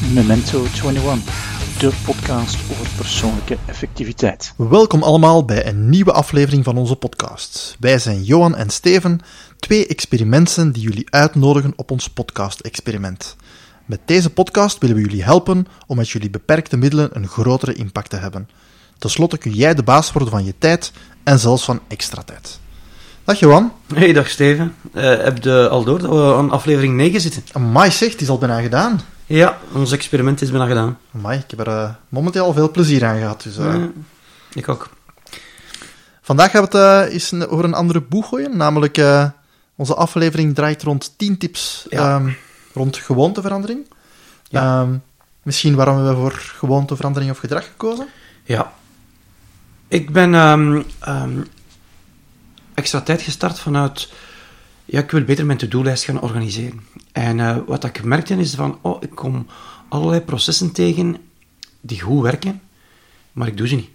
Memento 21, de podcast over persoonlijke effectiviteit. Welkom allemaal bij een nieuwe aflevering van onze podcast. Wij zijn Johan en Steven, twee experimenten die jullie uitnodigen op ons podcast-experiment. Met deze podcast willen we jullie helpen om met jullie beperkte middelen een grotere impact te hebben. Ten slotte kun jij de baas worden van je tijd en zelfs van extra tijd. Dag Johan. Hey, dag Steven. Heb je al door dat we aan aflevering 9 zitten? Amai zeg, het is al bijna gedaan. Ja, ons experiment is bijna gedaan. Amai, ik heb er momenteel al veel plezier aan gehad. Dus, ik ook. Vandaag gaan we het eens over een andere boeg gooien, namelijk onze aflevering draait rond 10 tips rond gewoonteverandering. Ja. Misschien waarom hebben we voor gewoonteverandering of gedrag gekozen? Ja. Ik ben extra tijd gestart vanuit... Ja, ik wil beter mijn to-do-lijst gaan organiseren. En wat ik gemerkt heb, is van... ik kom allerlei processen tegen die goed werken, maar ik doe ze niet.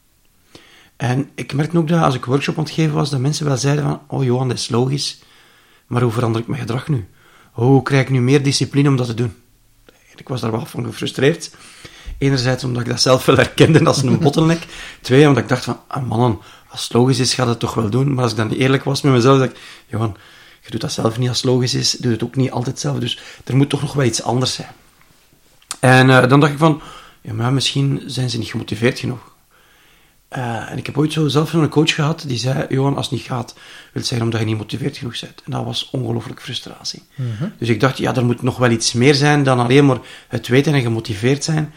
En ik merkte ook dat als ik workshop aan het geven was, dat mensen wel zeiden van... Oh Johan, dat is logisch, maar hoe verander ik mijn gedrag nu? Hoe krijg ik nu meer discipline om dat te doen? Ik was daar wel van gefrustreerd. Enerzijds omdat ik dat zelf wel herkende als een bottleneck. Twee, omdat ik dacht van... mannen, als het logisch is, ga het toch wel doen. Maar als ik dan niet eerlijk was met mezelf, dacht ik... Johan, je doet dat zelf niet als het logisch is. Doe het ook niet altijd zelf. Dus er moet toch nog wel iets anders zijn. En dan dacht ik van... Ja, maar misschien zijn ze niet gemotiveerd genoeg. En ik heb ooit zo zelf een coach gehad die zei... Johan, als het niet gaat, wil het zeggen omdat je niet gemotiveerd genoeg bent. En dat was ongelooflijk frustratie. Mm-hmm. Dus ik dacht, ja, er moet nog wel iets meer zijn dan alleen maar het weten en gemotiveerd zijn.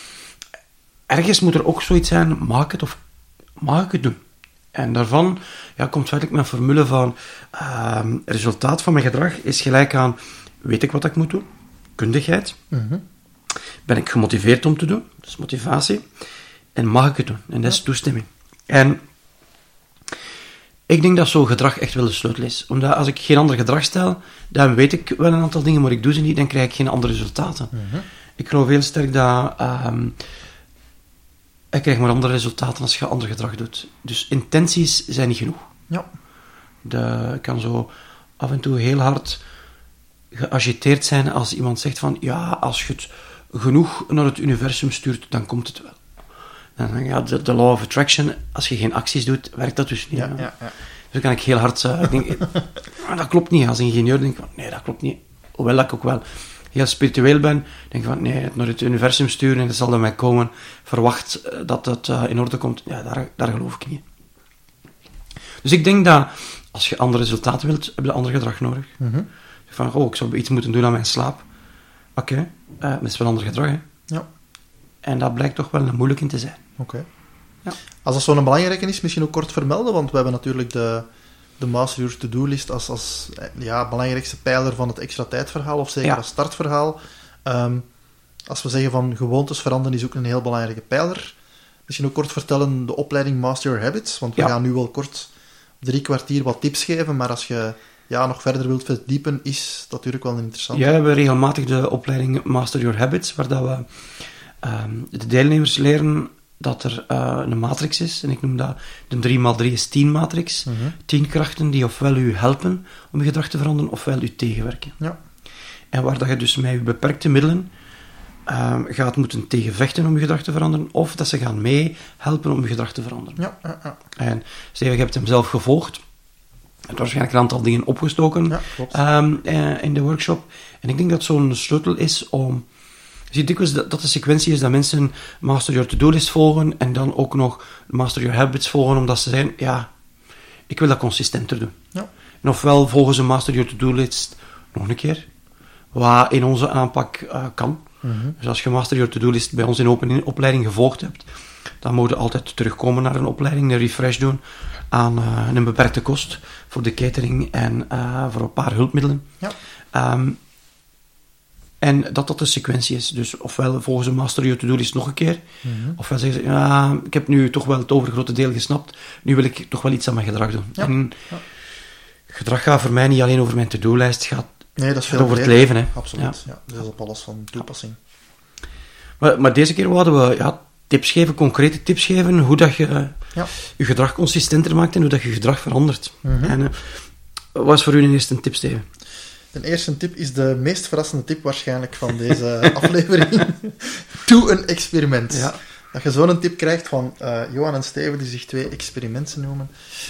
Ergens moet er ook zoiets zijn, mag ik het doen? En daarvan komt feitelijk mijn formule van resultaat van mijn gedrag is gelijk aan, weet ik wat ik moet doen? Kundigheid. Mm-hmm. Ben ik gemotiveerd om te doen? Dat is motivatie. En mag ik het doen? En dat is toestemming. En ik denk dat zo'n gedrag echt wel de sleutel is. Omdat als ik geen ander gedrag stel, dan weet ik wel een aantal dingen, maar ik doe ze niet, dan krijg ik geen andere resultaten. Mm-hmm. Ik geloof heel sterk dat... je krijgt maar andere resultaten als je ander gedrag doet. Dus intenties zijn niet genoeg. Ja. Ik kan zo af en toe heel hard geagiteerd zijn als iemand zegt van... Ja, als je het genoeg naar het universum stuurt, dan komt het wel. Dan denk ik, de law of attraction, als je geen acties doet, werkt dat dus niet. Ja. Dus dan kan ik heel hard... ik denk, dat klopt niet. Als ingenieur denk ik van, nee, dat klopt niet. Hoewel dat ik ook wel... heel spiritueel ben, denk ik van, nee, het naar het universum sturen en dat zal er mij komen, verwacht dat het in orde komt, ja, daar geloof ik niet. Dus ik denk dat, als je andere resultaten wilt, heb je ander gedrag nodig. Mm-hmm. Van, ik zou iets moeten doen aan mijn slaap. Oké, dat is wel ander gedrag, hè. Ja. En dat blijkt toch wel moeilijk in te zijn. Oké. Ja. Als dat zo'n belangrijke is, misschien ook kort vermelden, want we hebben natuurlijk de Master Your To-Do-list als belangrijkste pijler van het extra tijdverhaal, of zeker als startverhaal. Als we zeggen van gewoontes veranderen is ook een heel belangrijke pijler. Misschien ook kort vertellen de opleiding Master Your Habits, want we gaan nu wel kort 3 kwartier wat tips geven, maar als je nog verder wilt verdiepen, is dat natuurlijk wel interessant. Ja, we hebben regelmatig de opleiding Master Your Habits, waar dat we de deelnemers leren dat er een matrix is, en ik noem dat de 3x3 is 10 matrix. Mm-hmm. 10 krachten die ofwel u helpen om je gedrag te veranderen, ofwel u tegenwerken. Ja. En waar dat je dus met je beperkte middelen gaat moeten tegenvechten om je gedrag te veranderen, of dat ze gaan meehelpen om je gedrag te veranderen. Ja. En Steven, je hebt hem zelf gevolgd. Je hebt waarschijnlijk een aantal dingen opgestoken in de workshop. En ik denk dat zo'n sleutel is om... Je ziet dikwijls dat de sequentie is dat mensen Master Your To-Do-list volgen en dan ook nog Master Your Habits volgen, omdat ze zeggen, ik wil dat consistenter doen. Ja. En ofwel volgen ze Master Your To-Do-list nog een keer, wat in onze aanpak kan. Mm-hmm. Dus als je Master Your To-Do-list bij ons in opleiding gevolgd hebt, dan moet je altijd terugkomen naar een opleiding, een refresh doen aan een beperkte kost voor de catering en voor een paar hulpmiddelen. Ja. En dat de sequentie is. Dus ofwel volgen ze Master Your To-Do-list nog een keer, mm-hmm. ofwel zeggen ze, ik heb nu toch wel het overgrote deel gesnapt, nu wil ik toch wel iets aan mijn gedrag doen. Ja. En gedrag gaat voor mij niet alleen over mijn to-do-lijst, het gaat over het leven. Hè. Absoluut, ja. Dat is op alles van toepassing. Maar deze keer wilden we tips geven, concrete tips geven, hoe dat je je gedrag consistenter maakt en hoe dat je gedrag verandert. Mm-hmm. En wat is voor u een eerste tip, Steven? De eerste tip is de meest verrassende tip waarschijnlijk van deze aflevering. Doe een experiment. Ja. Dat je zo'n tip krijgt van Johan en Steven, die zich 2 experimenten noemen.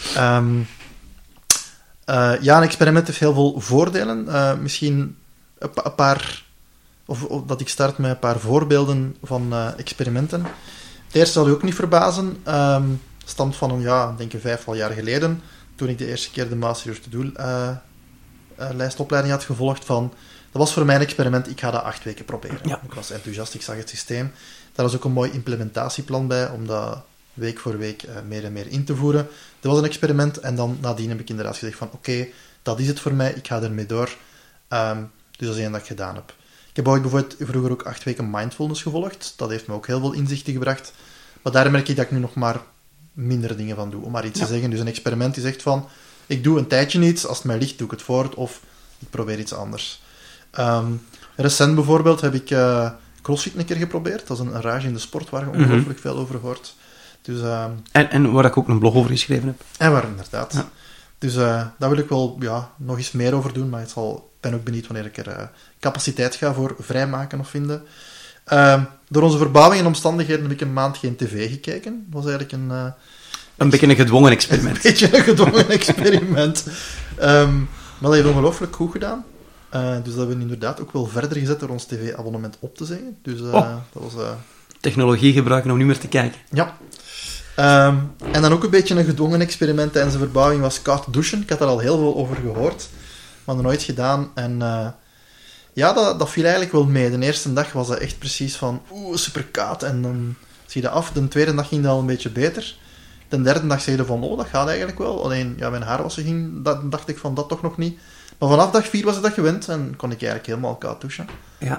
Een experiment heeft heel veel voordelen. Misschien een paar... Of dat ik start met een paar voorbeelden van experimenten. Het eerste zal u ook niet verbazen. Stamt van denk ik 5 jaar geleden, toen ik de eerste keer de Master Your To-Do lijstopleiding had gevolgd. Dat was voor mij een experiment, ik ga dat 8 weken proberen. Ja. Ik was enthousiast, ik zag het systeem. Daar was ook een mooi implementatieplan bij, om dat week voor week meer en meer in te voeren. Dat was een experiment, en dan nadien heb ik inderdaad gezegd van oké, dat is het voor mij, ik ga ermee door. Dus dat is één dat ik gedaan heb. Ik heb bijvoorbeeld vroeger ook 8 weken mindfulness gevolgd. Dat heeft me ook heel veel inzichten gebracht. Maar daar merk ik dat ik nu nog maar minder dingen van doe, om maar iets te zeggen. Dus een experiment die zegt van, ik doe een tijdje iets, als het mij ligt doe ik het voort, of ik probeer iets anders. Recent bijvoorbeeld heb ik CrossFit een keer geprobeerd. Dat is een rage in de sport waar je ongelooflijk veel over hoort. Dus, en waar ik ook een blog over geschreven heb. En waar inderdaad. Ja. Dus daar wil ik wel nog eens meer over doen, maar ik ben ook benieuwd wanneer ik er capaciteit ga voor vrijmaken of vinden. Door onze verbouwing en omstandigheden heb ik een maand geen tv gekeken. Dat was eigenlijk een beetje een gedwongen experiment. Een beetje een gedwongen experiment. Maar dat heeft ongelooflijk goed gedaan. Dus dat hebben we inderdaad ook wel verder gezet door ons tv-abonnement op te zeggen. Dus dat was... Technologie gebruiken om niet meer te kijken. Ja. En dan ook een beetje een gedwongen experiment tijdens de verbouwing was koud douchen. Ik had er al heel veel over gehoord, maar nog nooit gedaan. En dat viel eigenlijk wel mee. De eerste dag was dat echt precies van super koud. En dan zie je dat af. De tweede dag ging dat al een beetje beter. De derde dag zei je van, dat gaat eigenlijk wel. Alleen, mijn haar wassen ging, dacht ik van, dat toch nog niet. Maar vanaf dag 4 was ik dat gewend en kon ik eigenlijk helemaal koud douchen. Ja.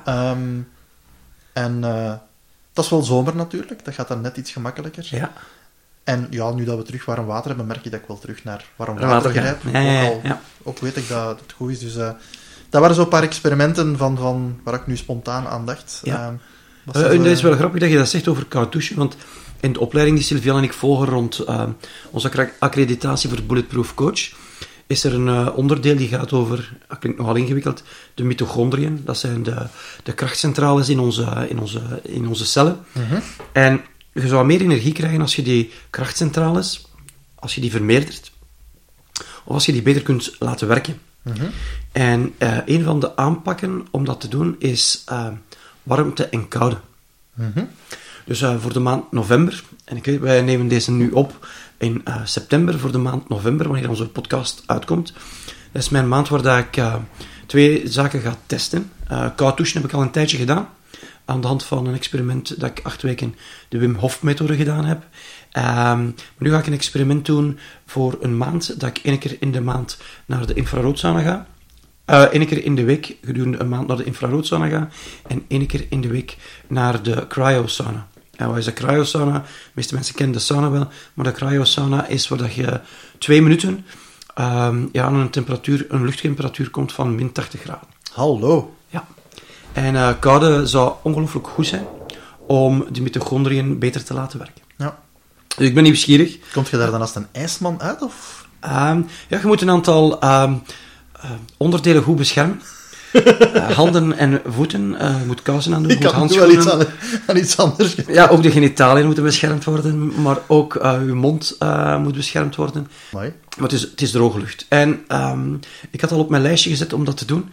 Dat is wel zomer natuurlijk. Dat gaat dan net iets gemakkelijker. Ja. En nu dat we terug warm water hebben, merk je dat ik wel terug naar warm water grijp. Ook weet ik dat het goed is. Dus dat waren zo'n paar experimenten van waar ik nu spontaan aan dacht. Ja. Het is wel grappig dat je dat zegt over koud douchen, want in de opleiding die Sylviane en ik volgen rond onze accreditatie voor Bulletproof Coach, is er een onderdeel die gaat over, dat klinkt nogal ingewikkeld, de mitochondriën. Dat zijn de krachtcentrales in onze cellen. Mm-hmm. En je zou meer energie krijgen als je die krachtcentrales, als je die vermeerdert, of als je die beter kunt laten werken. Mm-hmm. En een van de aanpakken om dat te doen is warmte en koude. Mm-hmm. Dus voor de maand november, en ik weet, wij nemen deze nu op in september, voor de maand november, wanneer onze podcast uitkomt. Dat is mijn maand waar dat ik 2 zaken ga testen. Koud douchen heb ik al een tijdje gedaan, aan de hand van een experiment dat ik 8 weken de Wim Hof methode gedaan heb. Maar nu ga ik een experiment doen voor een maand, dat ik 1 keer in de maand naar de infraroodsauna ga. 1 keer in de week gedurende een maand naar de infraroodsauna ga en 1 keer in de week naar de cryosauna. En wat is de cryosauna? De meeste mensen kennen de sauna wel, maar de cryosauna is waar dat je 2 minuten aan een luchttemperatuur komt van min 80 graden. Hallo. Ja. En koude zou ongelooflijk goed zijn om die mitochondriën beter te laten werken. Ja. Dus ik ben nieuwsgierig. Komt je daar dan als een ijsman uit? Of? Je moet een aantal onderdelen goed beschermen. Handen en voeten, je moet kousen aan doen, je moet handschoenen wel aan iets anders. Ja, ook de genitaliën moeten beschermd worden, maar ook je mond moet beschermd worden. Mooi. Maar het is droge lucht. En ik had al op mijn lijstje gezet om dat te doen.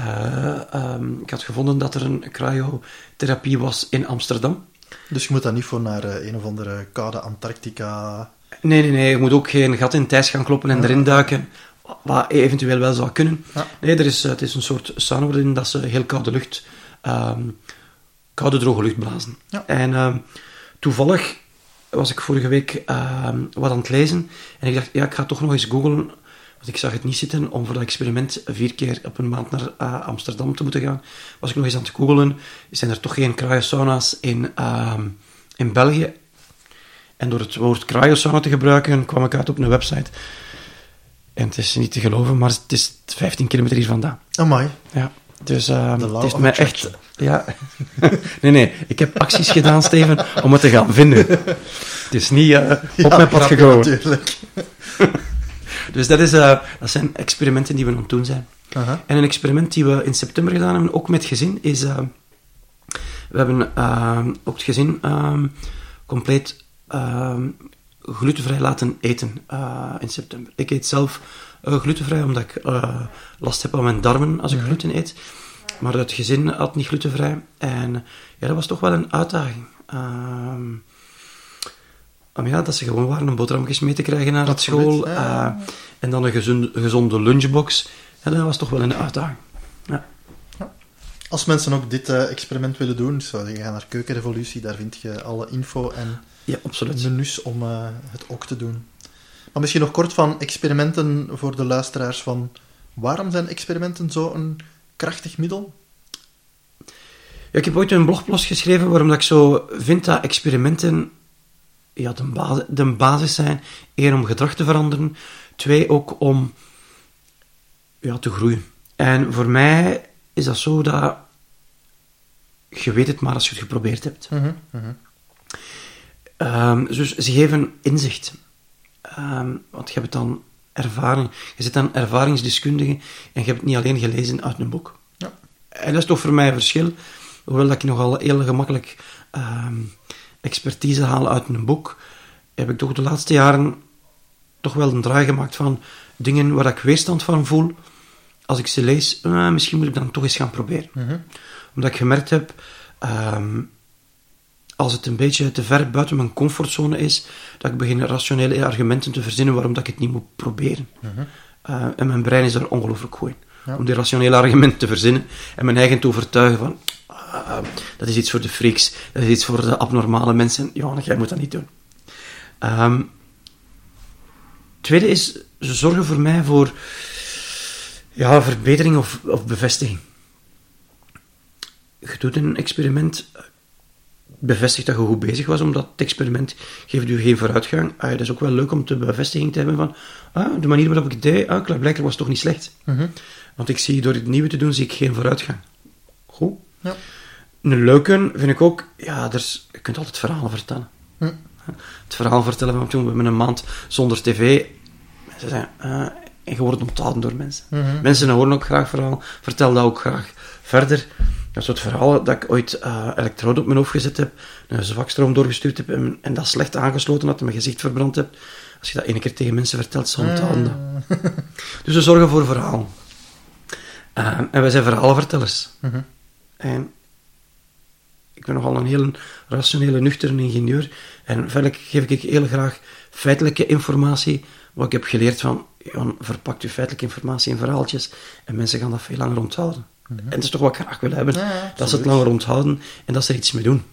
Ik had gevonden dat er een cryotherapie was in Amsterdam. Dus je moet dan niet voor naar een of andere koude Antarctica... Nee, je moet ook geen gat in het ijs gaan kloppen en erin duiken, wat eventueel wel zou kunnen. Ja. Nee, het is een soort sauna waarin dat ze heel koude lucht, koude droge lucht blazen. Ja. En toevallig was ik vorige week wat aan het lezen en ik dacht, ik ga toch nog eens googlen, want ik zag het niet zitten om voor dat experiment 4 keer op een maand naar Amsterdam te moeten gaan. Was ik nog eens aan het googlen, zijn er toch geen cryosauna's in België? En door het woord cryosauna te gebruiken, kwam ik uit op een website. En het is niet te geloven, maar het is 15 kilometer hier vandaan. Amai. Ja, dus het heeft mij echt... Ja. Nee, ik heb acties gedaan, Steven, om het te gaan vinden. Het is niet op mijn pad gekomen. Natuurlijk. Dus dat zijn experimenten die we aan het doen zijn. Aha. En een experiment die we in september gedaan hebben, ook met gezin, is... we hebben ook het gezin compleet glutenvrij laten eten in september. Ik eet zelf glutenvrij, omdat ik last heb aan mijn darmen als ik gluten eet. Maar het gezin had niet glutenvrij. En ja, dat was toch wel een uitdaging. Dat ze gewoon waren om boterhammetjes mee te krijgen naar het school. En dan een gezonde lunchbox. Ja, dat was toch wel een uitdaging. Ja. Als mensen ook dit experiment willen doen, zou je gaan naar Keukenrevolutie, daar vind je alle info en menus om het ook te doen. Maar misschien nog kort van experimenten voor de luisteraars van waarom zijn experimenten zo een krachtig middel? Ja, ik heb ooit een blogpost geschreven waarom dat ik zo vind dat experimenten de basis zijn. 1, om gedrag te veranderen. 2, ook om te groeien. En voor mij is dat zo dat je weet het maar als je het geprobeerd hebt. Dus ze geven inzicht. Want je hebt dan ervaring. Je zit dan ervaringsdeskundige en je hebt het niet alleen gelezen uit een boek. Ja. En dat is toch voor mij een verschil. Hoewel dat ik nogal heel gemakkelijk expertise haal uit een boek, heb ik toch de laatste jaren toch wel een draai gemaakt van dingen waar ik weerstand van voel. Als ik ze lees, misschien moet ik dan toch eens gaan proberen. Omdat ik gemerkt heb, als het een beetje te ver buiten mijn comfortzone is, dat ik begin rationele argumenten te verzinnen waarom dat ik het niet moet proberen. En mijn brein is daar ongelooflijk goed in. Ja. Om die rationele argumenten te verzinnen en mijn eigen te overtuigen van dat is iets voor de freaks, dat is iets voor de abnormale mensen. Johannes, jij moet dat niet doen. Tweede is, ze zorgen voor mij voor verbetering of bevestiging. Je doet een experiment, bevestigt dat je goed bezig was, omdat het experiment geeft je geen vooruitgang. Dat is ook wel leuk om de bevestiging te hebben van de manier waarop ik het deed, blijkbaar was toch niet slecht. Want ik zie, door het nieuwe te doen, zie ik geen vooruitgang. Goed. Ja. Een leuke vind ik ook, je kunt altijd verhalen vertellen. Het verhaal vertellen van toen we hebben een maand zonder tv. Mensen zeggen, en je wordt onthouden door mensen. Mensen horen ook graag verhaal, vertel dat ook graag verder. Dat soort verhalen dat ik ooit elektrode op mijn hoofd gezet heb, een zwakstroom doorgestuurd heb en dat slecht aangesloten had en mijn gezicht verbrand heb. Als je dat 1 keer tegen mensen vertelt, ze onthouden dat. Dus we zorgen voor verhalen. En wij zijn verhalenvertellers. En ik ben nogal een heel rationele, nuchtere ingenieur. En verder geef ik heel graag feitelijke informatie. Wat ik heb geleerd van, verpakt je feitelijke informatie in verhaaltjes en mensen gaan dat veel langer onthouden. En dat is toch wat ik graag wil hebben. Dat ze het langer onthouden en dat ze er iets mee doen.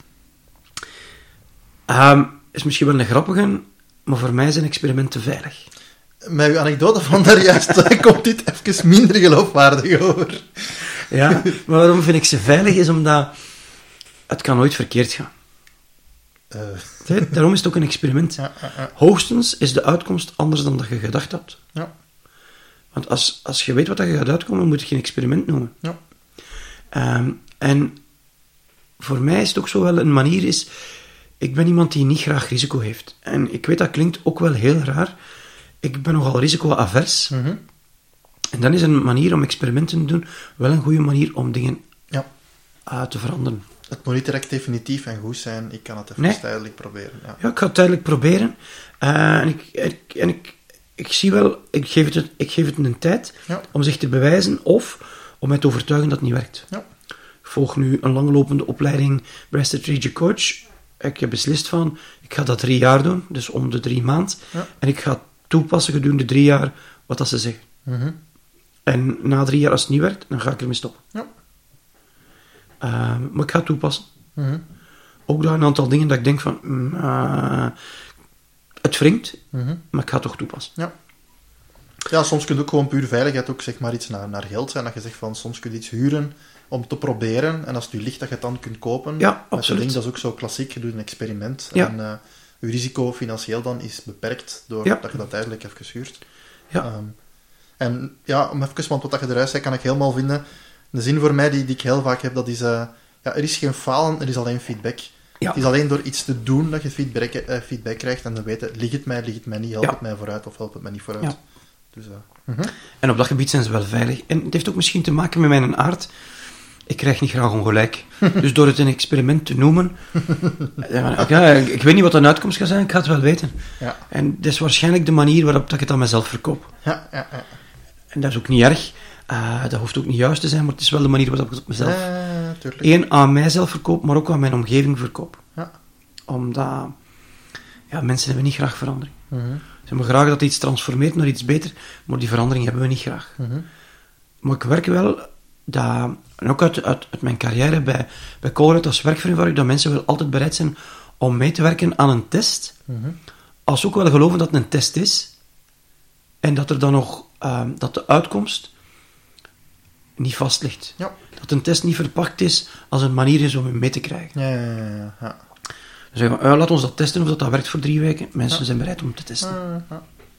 Is misschien wel een grappige, maar voor mij zijn experimenten veilig. Met uw anekdote van daar juist komt dit even minder geloofwaardig over. Ja, maar waarom vind ik ze veilig is omdat het kan nooit verkeerd gaan. Daarom is het ook een experiment. Hoogstens is de uitkomst anders dan dat je gedacht had. Want als je weet wat je gaat uitkomen, moet je geen experiment noemen. En voor mij is het ook zo wel een manier is... Ik ben iemand die niet graag risico heeft. En ik weet, dat klinkt ook wel heel raar. Ik ben nogal risico-avers. En dan is een manier om experimenten te doen wel een goede manier om dingen te veranderen. Het moet niet direct definitief en goed zijn. Ik kan het even tijdelijk proberen. Ja, ik ga het tijdelijk proberen. Ik zie wel, ik geef het een tijd om zich te bewijzen of om mij te overtuigen dat het niet werkt. Ik volg nu een langlopende opleiding bij Strategic Coach. Ik heb beslist van, ik ga dat 3 jaar doen, dus om de 3 maanden. En ik ga toepassen gedurende 3 jaar wat dat ze zeggen. En na 3 jaar, als het niet werkt, dan ga ik ermee stoppen. Maar ik ga het toepassen. Ook daar een aantal dingen dat ik denk van... het wringt, maar ik ga het toch toepassen. Ja, soms kun je ook gewoon puur veiligheid ook zeg maar iets naar geld zijn. Dat je zegt van, soms kun je iets huren om te proberen. En als het je ligt, dat je het dan kunt kopen. Ja, absoluut. Dat is ook zo klassiek. Je doet een experiment. En je risico financieel dan is beperkt doordat je dat tijdelijk even huurt. En om even, want wat je eruit zei, kan ik helemaal vinden. De zin voor mij die ik heel vaak heb, dat is... er is geen falen, er is alleen feedback. Het is alleen door iets te doen dat je feedback krijgt en dan weten, ligt het mij niet, helpt het mij vooruit of helpt het mij niet vooruit. Dus, En op dat gebied zijn ze wel veilig. En het heeft ook misschien te maken met mijn aard. Ik krijg niet graag ongelijk. Dus door het een experiment te noemen... ik weet niet wat de uitkomst gaat zijn, ik ga het wel weten. Ja. En dat is waarschijnlijk de manier waarop dat ik het aan mezelf verkoop. Ja. En dat is ook niet erg. Dat hoeft ook niet juist te zijn, maar het is wel de manier waarop ik het op mezelf... tuurlijk. Eén, aan mijzelf verkoop, maar ook aan mijn omgeving verkoop. Ja. Omdat... Ja, mensen hebben niet graag verandering. Mhm. Ze hebben graag dat iets transformeert naar iets beter, maar die verandering hebben we niet graag. Mhm. Maar ik werk wel, en ook uit mijn carrière bij Colruyt als werkvereenvoudiger, dat mensen wel altijd bereid zijn om mee te werken aan een test, als ze ook wel geloven dat het een test is, en dat er dan nog, dat de uitkomst niet vast ligt. Ja. Dat een test niet verpakt is als een manier is om hem mee te krijgen. Ja. Dan zeggen we, laat ons dat testen of dat werkt voor 3 weken. Mensen zijn bereid om te testen.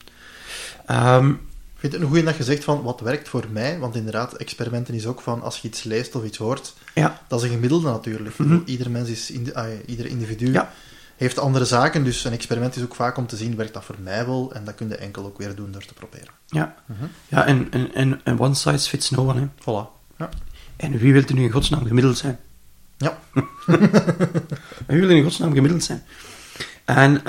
Ik vind het een goeie dat je zegt van, wat werkt voor mij? Want inderdaad, experimenten is ook van, als je iets leest of iets hoort, dat is een gemiddelde natuurlijk. Ieder mens is, ieder individu heeft andere zaken, dus een experiment is ook vaak om te zien, werkt dat voor mij wel? En dat kun je enkel ook weer doen door te proberen. Ja, en one size fits no one. Hè. Voilà. Ja. En wie wil er nu in godsnaam gemiddeld zijn? Ja. Wie wil er in godsnaam gemiddeld zijn? En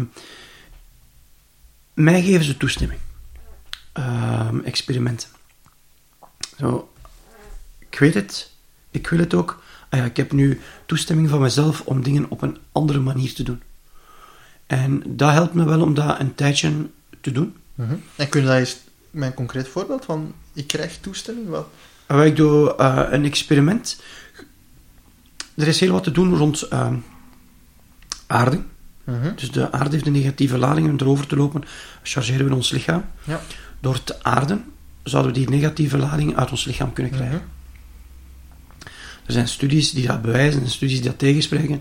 mij geven ze toestemming. Experimenten. Zo, ik weet het. Ik wil het ook. Ik heb nu toestemming van mezelf om dingen op een andere manier te doen. En dat helpt me wel om dat een tijdje te doen. En kun je daar eens met een concreet voorbeeld van, ik krijg toestemming? Wat? Ik doe een experiment. Er is heel wat te doen rond aarde. Dus de aarde heeft een negatieve lading en erover te lopen chargeren we ons lichaam. Ja. Door te aarden zouden we die negatieve lading uit ons lichaam kunnen krijgen. Er zijn studies die dat bewijzen en studies die dat tegenspreken.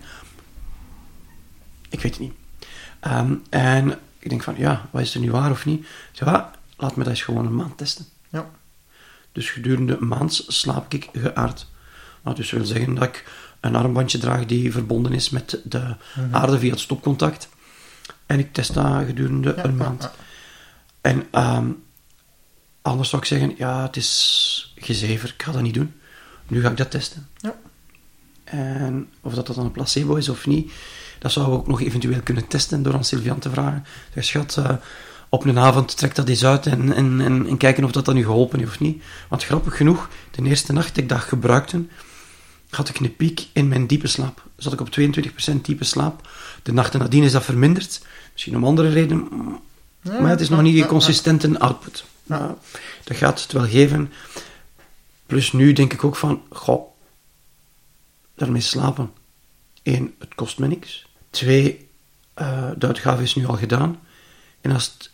Ik weet het niet. En ik denk van, wat is er nu waar of niet? Ik zeg, laat me dat eens gewoon een maand testen. Ja. Dus gedurende een maand slaap ik geaard. Wat dus wil zeggen dat ik een armbandje draag die verbonden is met de aarde via het stopcontact. En ik test dat gedurende een maand. En anders zou ik zeggen, het is gezever, ik ga dat niet doen. Nu ga ik dat testen. Ja. En of dat dan een placebo is of niet, dat zouden we ook nog eventueel kunnen testen door aan Sylvian te vragen. Zeg, schat, op een avond trek dat eens uit en kijken of dat dan nu geholpen heeft of niet. Want grappig genoeg, de eerste nacht dat ik dat gebruikte, had ik een piek in mijn diepe slaap. Zat ik op 22% diepe slaap. De nachten nadien is dat verminderd. Misschien om andere redenen. Maar het is nog niet een consistente output. Dat gaat het wel geven. Plus nu denk ik ook van, daarmee slapen. 1, het kost me niks. 2, de uitgave is nu al gedaan. En als het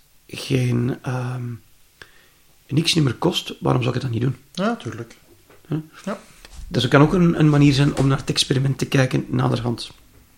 niks meer kost, waarom zou ik het dan niet doen? Ja, tuurlijk. Ja. Dus het kan ook een manier zijn om naar het experiment te kijken naderhand.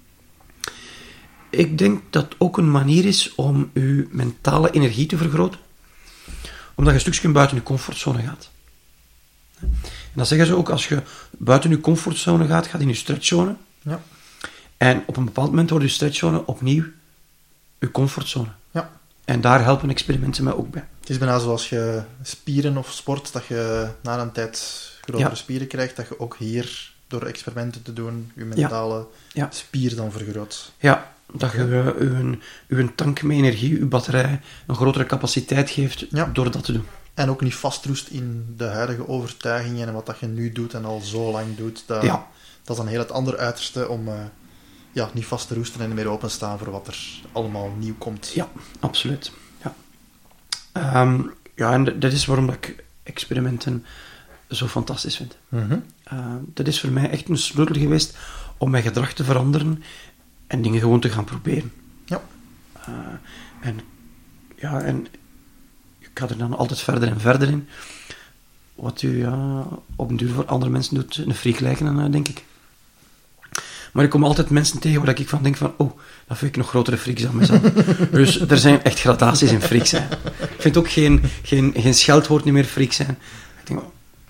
Ik denk dat het ook een manier is om uw mentale energie te vergroten. Omdat je een stukje buiten je comfortzone gaat. En dat zeggen ze ook, als je buiten je comfortzone gaat, gaat in je stretchzone. Ja. En op een bepaald moment wordt je stretchzone opnieuw je comfortzone. Ja. En daar helpen experimenten mij ook bij. Het is bijna zoals je spieren of sport, dat je na een tijd grotere spieren krijgt, dat je ook hier, door experimenten te doen, je mentale spier dan vergroot. Ja, dat je uw tank met energie, uw batterij, een grotere capaciteit geeft door dat te doen. En ook niet vastroest in de huidige overtuigingen en wat dat je nu doet en al zo lang doet. Dat is dan heel het andere uiterste om niet vast te roesten en meer openstaan voor wat er allemaal nieuw komt. Ja, absoluut. Ja, en dat is waarom dat ik experimenten zo fantastisch vind. Dat is voor mij echt een sleutel geweest om mijn gedrag te veranderen en dingen gewoon te gaan proberen. Ja. En ik ga er dan altijd verder en verder in. Wat u op een duur voor andere mensen doet, een freak lijken, denk ik. Maar ik kom altijd mensen tegen waar ik van denk van, dat vind ik nog grotere freaks dan mezelf. Dus er zijn echt gradaties in freak zijn. Ik vind ook geen scheldwoord niet meer freak zijn. Ik denk,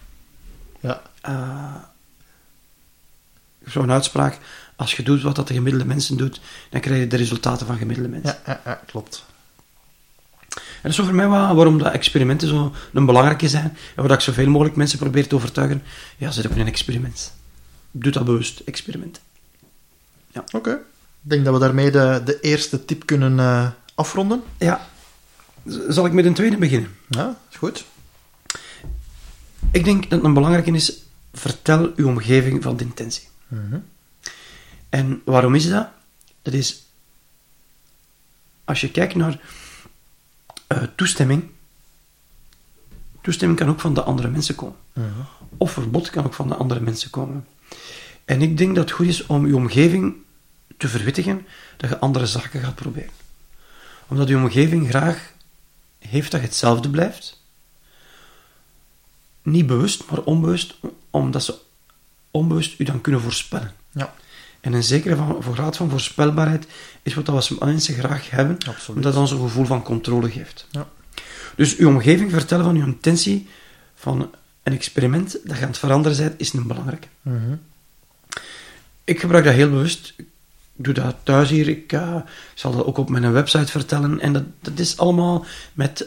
zo'n uitspraak, als je doet wat dat de gemiddelde mensen doet, dan krijg je de resultaten van gemiddelde mensen. Ja, klopt. dat is zo voor mij waarom dat experimenten zo een belangrijke zijn. En waar ik zoveel mogelijk mensen probeer te overtuigen. Ja, zit ook in een experiment. Doe dat bewust, experiment. Ja. Oké. Ik denk dat we daarmee de eerste tip kunnen afronden. Ja. Zal ik met een tweede beginnen? Ja, is goed. Ik denk dat een belangrijke is, vertel uw omgeving van de intentie. En waarom is dat? Dat is, als je kijkt naar toestemming kan ook van de andere mensen komen. Of verbod kan ook van de andere mensen komen. En ik denk dat het goed is om je omgeving te verwittigen dat je andere zaken gaat proberen. Omdat je omgeving graag heeft dat je hetzelfde blijft. Niet bewust, maar onbewust, omdat ze onbewust u dan kunnen voorspellen. Ja. En een zekere graad van voorspelbaarheid is wat we als mensen graag hebben, omdat dat ons een gevoel van controle geeft. Ja. Dus uw omgeving vertellen van uw intentie van een experiment dat je aan het veranderen bent, is een belangrijke. Ik gebruik dat heel bewust. Ik doe dat thuis hier. Ik zal dat ook op mijn website vertellen. En dat is allemaal met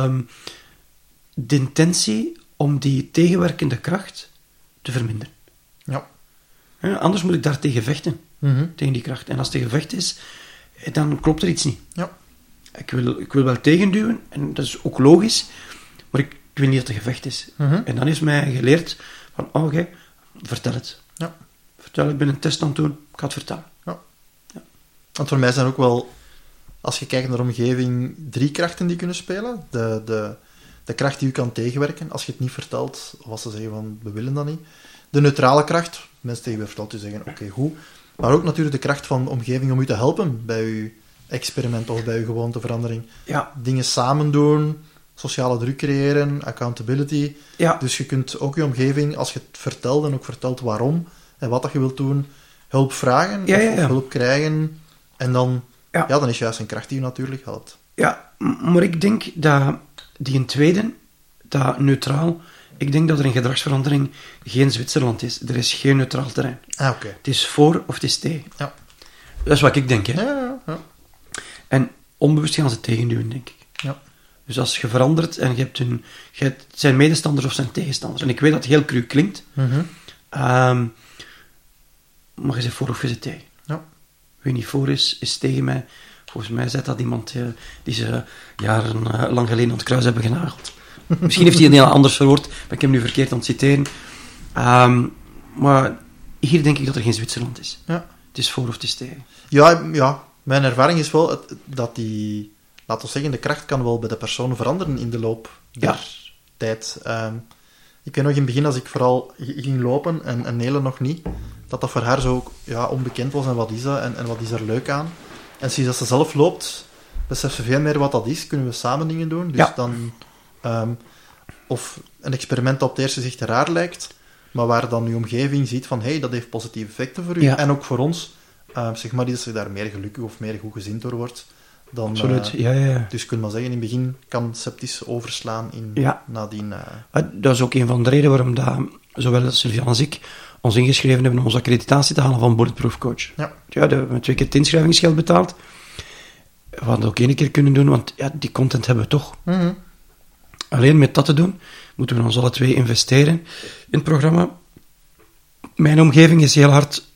de intentie om die tegenwerkende kracht te verminderen. Ja. Anders moet ik daar tegen vechten, tegen die kracht. En als het tegen vecht is, dan klopt er iets niet. Ja. Ik wil wel tegenduwen, en dat is ook logisch, maar ik wil niet dat het gevecht is. En dan is mij geleerd van, oké, vertel het. Ja. Vertel, ik ben een test aan het doen, ik ga het vertellen. Ja. Want voor mij zijn ook wel, als je kijkt naar de omgeving, 3 krachten die kunnen spelen. De kracht die u kan tegenwerken, als je het niet vertelt, of als ze zeggen van, we willen dat niet. De neutrale kracht, mensen tegen je vertelt, die zeggen, oké, goed. Maar ook natuurlijk de kracht van de omgeving om u te helpen bij uw experiment of bij uw gewoonteverandering. Ja. Dingen samen doen, sociale druk creëren, accountability. Ja. Dus je kunt ook je omgeving, als je het vertelt en ook vertelt waarom en wat dat je wilt doen, hulp vragen of hulp krijgen. En dan, dan is juist een kracht die je natuurlijk helpt. Ja, maar ik denk dat die een tweede, dat neutraal, ik denk dat er in gedragsverandering geen Zwitserland is. Er is geen neutraal terrein. Oké. Het is voor of het is tegen. Ja. Dat is wat ik denk, hè. Ja. En onbewust gaan ze tegenduwen, denk ik. Ja. Dus als je verandert en je hebt zijn medestanders of zijn tegenstanders. En ik weet dat het heel cru klinkt, maar je zit voor of je zit tegen. Ja. Wie niet voor is tegen mij. Volgens mij zei dat iemand die ze jarenlang geleden aan het kruis hebben genageld. Misschien heeft hij het heel anders verwoord, maar ik heb hem nu verkeerd aan het citeren. Maar hier denk ik dat er geen Zwitserland is. Ja. Het is voor of het is tegen. Ja, mijn ervaring is wel dat die, laten we zeggen, de kracht kan wel bij de persoon veranderen in de loop der tijd. Ik weet nog in het begin, als ik vooral ging lopen, en Nele nog niet, dat voor haar zo onbekend was en wat is dat, en wat is er leuk aan. En sinds dat ze zelf loopt, beseft ze veel meer wat dat is, kunnen we samen dingen doen. Dus dan... of een experiment dat op het eerste zicht raar lijkt, maar waar dan uw omgeving ziet van, dat heeft positieve effecten voor u. Ja. En ook voor ons, zeg maar, dat ze daar meer gelukkig of meer goedgezind door wordt. Dan, absoluut, ja. Dus kun je maar zeggen, in het begin kan sceptisch overslaan in nadien... Dat is ook een van de redenen waarom dat, zowel Sylvian als ik ons ingeschreven hebben om onze accreditatie te halen van Bulletproof Coach. Ja, we hebben 2 keer het inschrijvingsgeld betaald. We hadden ook 1 keer kunnen doen, want die content hebben we toch. Alleen met dat te doen, moeten we ons alle 2 investeren in het programma. Mijn omgeving is heel hard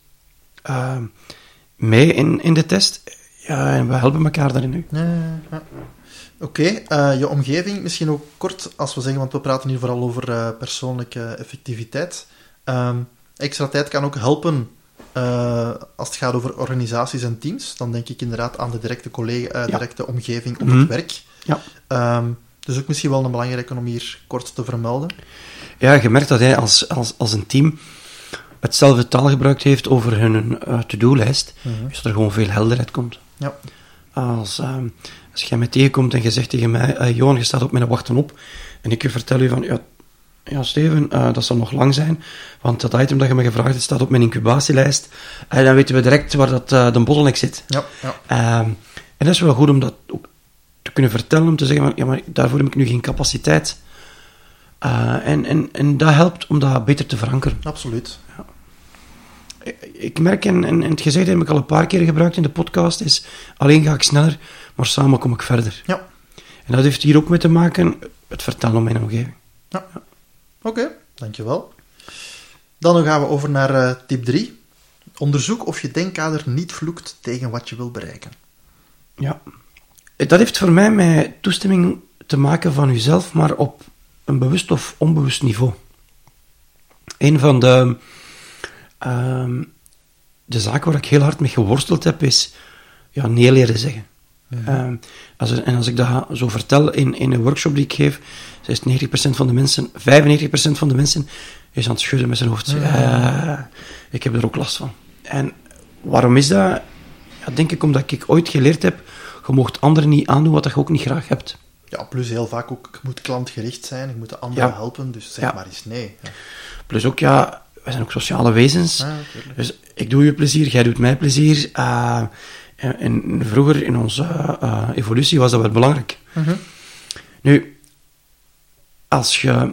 mee in de test. Ja, en we helpen elkaar daarin nu. Ja. Oké, je omgeving, misschien ook kort, als we zeggen, want we praten hier vooral over persoonlijke effectiviteit. Extra tijd kan ook helpen als het gaat over organisaties en teams. Dan denk ik inderdaad aan de directe omgeving op het werk. Ja. Dus ook misschien wel een belangrijke om hier kort te vermelden. Ja, je merkt dat hij als een team hetzelfde taalgebruik heeft over hun to-do-lijst, dus dat er gewoon veel helderheid komt. Ja. Als jij mij tegenkomt en je zegt tegen mij, Johan, je staat op mijn wachten op, en ik vertel u van, ja Steven, dat zal nog lang zijn, want dat item dat je me gevraagd hebt staat op mijn incubatielijst, en dan weten we direct waar dat de bottleneck zit. Ja. En dat is wel goed om dat ook te kunnen vertellen, om te zeggen, ja, maar daarvoor heb ik nu geen capaciteit. En dat helpt om dat beter te verankeren. Absoluut. Ja. Ik merk, en het gezegd heb ik al een paar keer gebruikt in de podcast, is alleen ga ik sneller, maar samen kom ik verder. Ja. En dat heeft hier ook mee te maken, het vertellen om mijn omgeving. Ja. Oké, dankjewel. Dan gaan we over naar tip 3. Onderzoek of je denkkader niet vloekt tegen wat je wil bereiken. Ja. Dat heeft voor mij met toestemming te maken van uzelf, maar op een bewust of onbewust niveau. Een van de zaken waar ik heel hard mee geworsteld heb, is nee leren zeggen. Ja. Als ik dat zo vertel in een workshop die ik geef, is 90% van de mensen, 95% van de mensen is aan het schudden met zijn hoofd. Ja. Ik heb er ook last van. En waarom is dat? Ja, denk ik omdat ik ooit geleerd heb, je mocht anderen niet aandoen wat je ook niet graag hebt. Ja, plus heel vaak ook, je moet klantgericht zijn, je moet de anderen helpen, dus zeg maar eens nee. Ja. Plus ook, wij zijn ook sociale wezens. Dus ik doe je plezier, jij doet mij plezier. En vroeger in onze evolutie was dat wel belangrijk. Nu, als je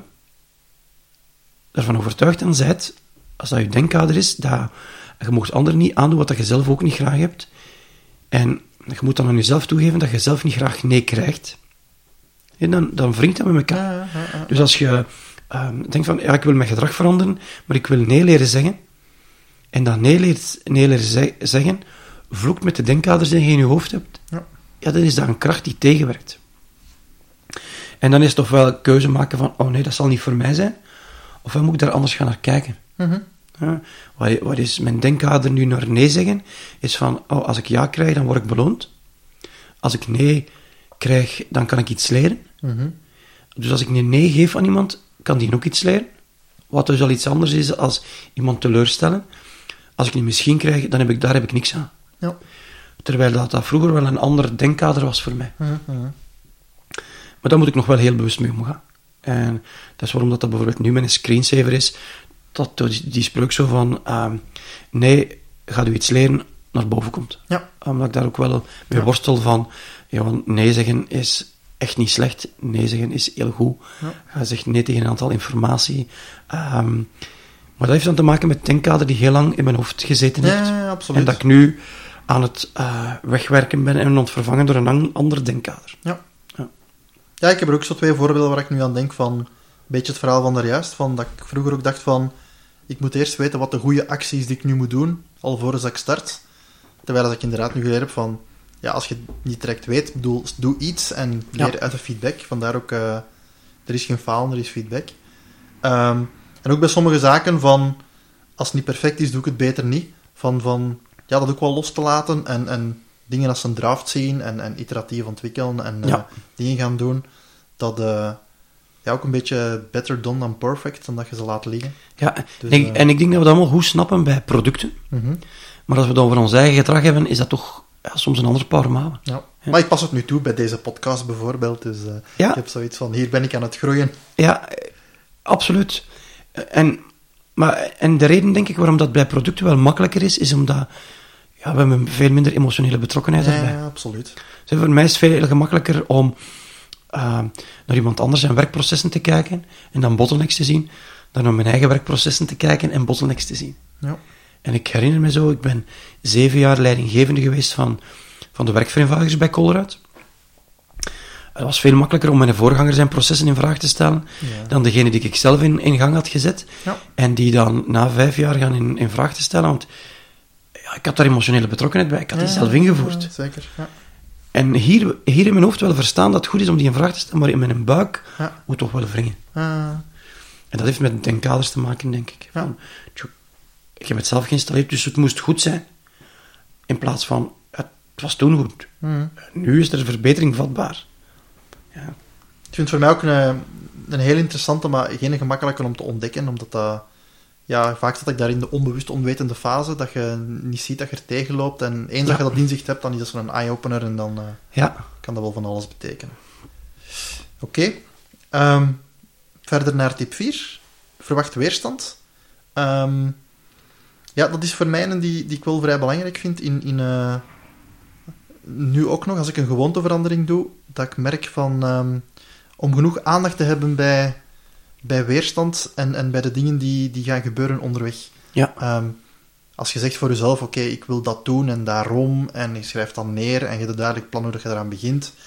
ervan overtuigd dan bent, als dat je denkkader is, dat je mocht anderen niet aandoen wat je zelf ook niet graag hebt, en je moet dan aan jezelf toegeven dat je zelf niet graag nee krijgt, en dan wringt dat met elkaar. Dus als je denkt van, ik wil mijn gedrag veranderen, maar ik wil nee leren zeggen, en dan nee leren zeggen vloekt met de denkkaders die je in je hoofd hebt, dan is dat een kracht die tegenwerkt. En dan is het ofwel een keuze maken van, oh nee, dat zal niet voor mij zijn, ofwel moet ik daar anders gaan naar kijken. Wat is mijn denkkader nu naar nee zeggen? Is van, als ik ja krijg, dan word ik beloond. Als ik nee krijg, dan kan ik iets leren. Dus als ik een nee geef aan iemand, kan die ook iets leren. Wat dus al iets anders is als iemand teleurstellen. Als ik niet misschien krijg, daar heb ik niks aan. Ja. Terwijl dat vroeger wel een ander denkkader was voor mij. Maar daar moet ik nog wel heel bewust mee omgaan. En dat is waarom dat bijvoorbeeld nu mijn screensaver is, dat die spreuk zo van, nee, gaat u iets leren, naar boven komt. Ja. Omdat ik daar ook wel mee worstel van, nee zeggen is echt niet slecht, nee zeggen is heel goed. Ja. Je zegt nee tegen een aantal informatie. Maar dat heeft dan te maken met het denkkader die heel lang in mijn hoofd gezeten heeft. Ja, absoluut. En dat ik nu aan het wegwerken ben en aan het vervangen door een ander denkkader. Ja, ik heb er ook zo 2 voorbeelden waar ik nu aan denk van, een beetje het verhaal van daarjuist, van dat ik vroeger ook dacht van, ik moet eerst weten wat de goede acties die ik nu moet doen, alvorens ik start. Terwijl als ik inderdaad nu geleerd heb van, als je het niet direct weet, doe iets en leer uit de feedback. Vandaar ook, er is geen falen, er is feedback. En ook bij sommige zaken van, als het niet perfect is, doe ik het beter niet. Van dat ook wel los te laten en dingen als een draft zien en iteratief ontwikkelen en dingen gaan doen, dat ook een beetje better done than perfect, dan dat je ze laat liggen. Ja, dus, en ik denk dat we dat allemaal goed snappen bij producten. Maar als we het over ons eigen gedrag hebben, is dat toch soms een ander paar malen. Ja. Maar ik pas het nu toe bij deze podcast bijvoorbeeld, dus ik heb zoiets van, hier ben ik aan het groeien. Ja, absoluut. En de reden, denk ik, waarom dat bij producten wel makkelijker is omdat we hebben veel minder emotionele betrokkenheid erbij. Ja, absoluut. Dus voor mij is het veel gemakkelijker om naar iemand anders zijn werkprocessen te kijken en dan bottlenecks te zien, dan naar mijn eigen werkprocessen te kijken en bottlenecks te zien. Ja. En ik herinner me zo, ik ben 7 jaar leidinggevende geweest van de werkvereenvoudigers bij Colruyt. Het was veel makkelijker om mijn voorganger zijn processen in vraag te stellen dan degene die ik zelf in gang had gezet. Ja. En die dan na 5 jaar gaan in vraag te stellen, want ik had daar emotionele betrokkenheid bij. Ik had die zelf ingevoerd. Ja, zeker. Ja. En hier in mijn hoofd wel verstaan dat het goed is om die in vraag te stellen, maar in mijn buik moet toch wel wringen. En dat heeft met denkkaders te maken, denk ik. Van, ik heb het zelf geïnstalleerd, dus het moest goed zijn. In plaats van, het was toen goed. Nu is er verbetering vatbaar. Ja. Ik vind het voor mij ook een heel interessante, maar geen gemakkelijke om te ontdekken, omdat dat... Ja, vaak zat ik daar in de onbewust onwetende fase, dat je niet ziet dat je er tegenloopt. En eens dat je dat inzicht hebt, dan is dat zo'n eye-opener en dan kan dat wel van alles betekenen. Oké. Verder naar tip 4. Verwacht weerstand. Dat is voor mij een die ik wel vrij belangrijk vind. Nu ook nog, als ik een gewoonteverandering doe, dat ik merk van... om genoeg aandacht te hebben bij weerstand en bij de dingen die gaan gebeuren onderweg. Ja. Als je zegt voor jezelf, ik wil dat doen en daarom, en je schrijft dan neer en je hebt een duidelijk plan hoe dat je eraan begint,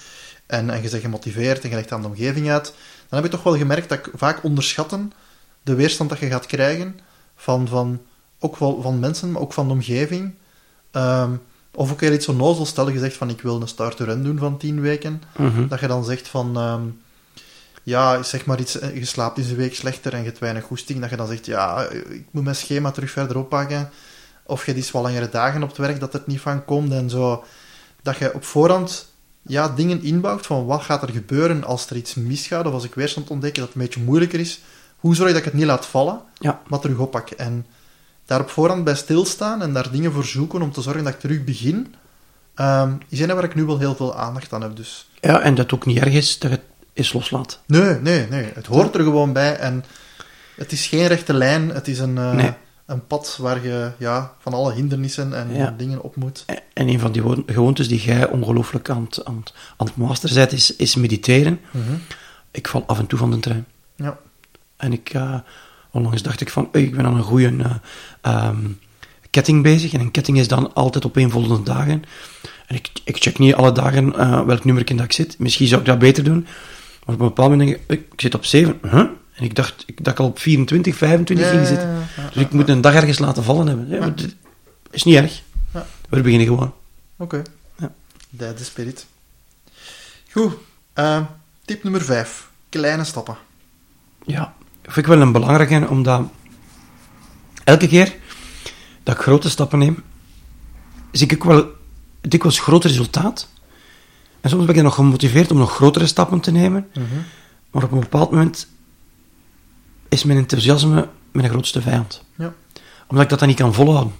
en je bent gemotiveerd en je legt aan de omgeving uit, dan heb je toch wel gemerkt dat ik vaak onderschatten de weerstand dat je gaat krijgen ook wel van mensen, maar ook van de omgeving. Of ook weer iets onnozel, stel je zegt van ik wil een start-to-run doen van 10 weken, dat je dan zegt van zeg maar iets, je slaapt eens een week slechter en je hebt weinig goesting, dat je dan zegt ik moet mijn schema terug verder oppakken, of je hebt iets wat langere dagen op het werk dat het niet van komt en zo, dat je op voorhand dingen inbouwt van wat gaat er gebeuren als er iets misgaat, of als ik weerstand ontdek dat het een beetje moeilijker is, hoe zorg je dat ik het niet laat vallen, maar terug oppak. En daar op voorhand bij stilstaan en daar dingen voor zoeken om te zorgen dat ik terug begin, is een waar ik nu wel heel veel aandacht aan heb. Dus. Ja, en dat ook niet erg is dat je het eens loslaat. Nee. Het hoort er gewoon bij en het is geen rechte lijn, het is een pad waar je van alle hindernissen en dingen op moet. En een van die gewoontes die jij ongelooflijk aan het masteren bent, is mediteren. Ik val af en toe van de trein. Ja. En onlangs dacht ik van, ik ben aan een goede ketting bezig. En een ketting is dan altijd opeenvolgende dagen. En ik check niet alle dagen welk nummer dat ik zit. Misschien zou ik dat beter doen. Maar op een bepaald moment denk ik zit op 7. En ik dacht dat ik al op 24, 25 ging zitten. Dus ik moet een dag ergens laten vallen hebben. Ja, maar dat is niet erg. Ja. We beginnen gewoon. Oké. Ja. That's the spirit. Goed. Tip nummer 5. Kleine stappen. Ja, vind ik wel een belangrijke, omdat elke keer dat ik grote stappen neem, zie ik wel dikwijls groot resultaat. En soms ben ik nog gemotiveerd om nog grotere stappen te nemen. Maar op een bepaald moment is mijn enthousiasme mijn grootste vijand. Ja. Omdat ik dat dan niet kan volhouden.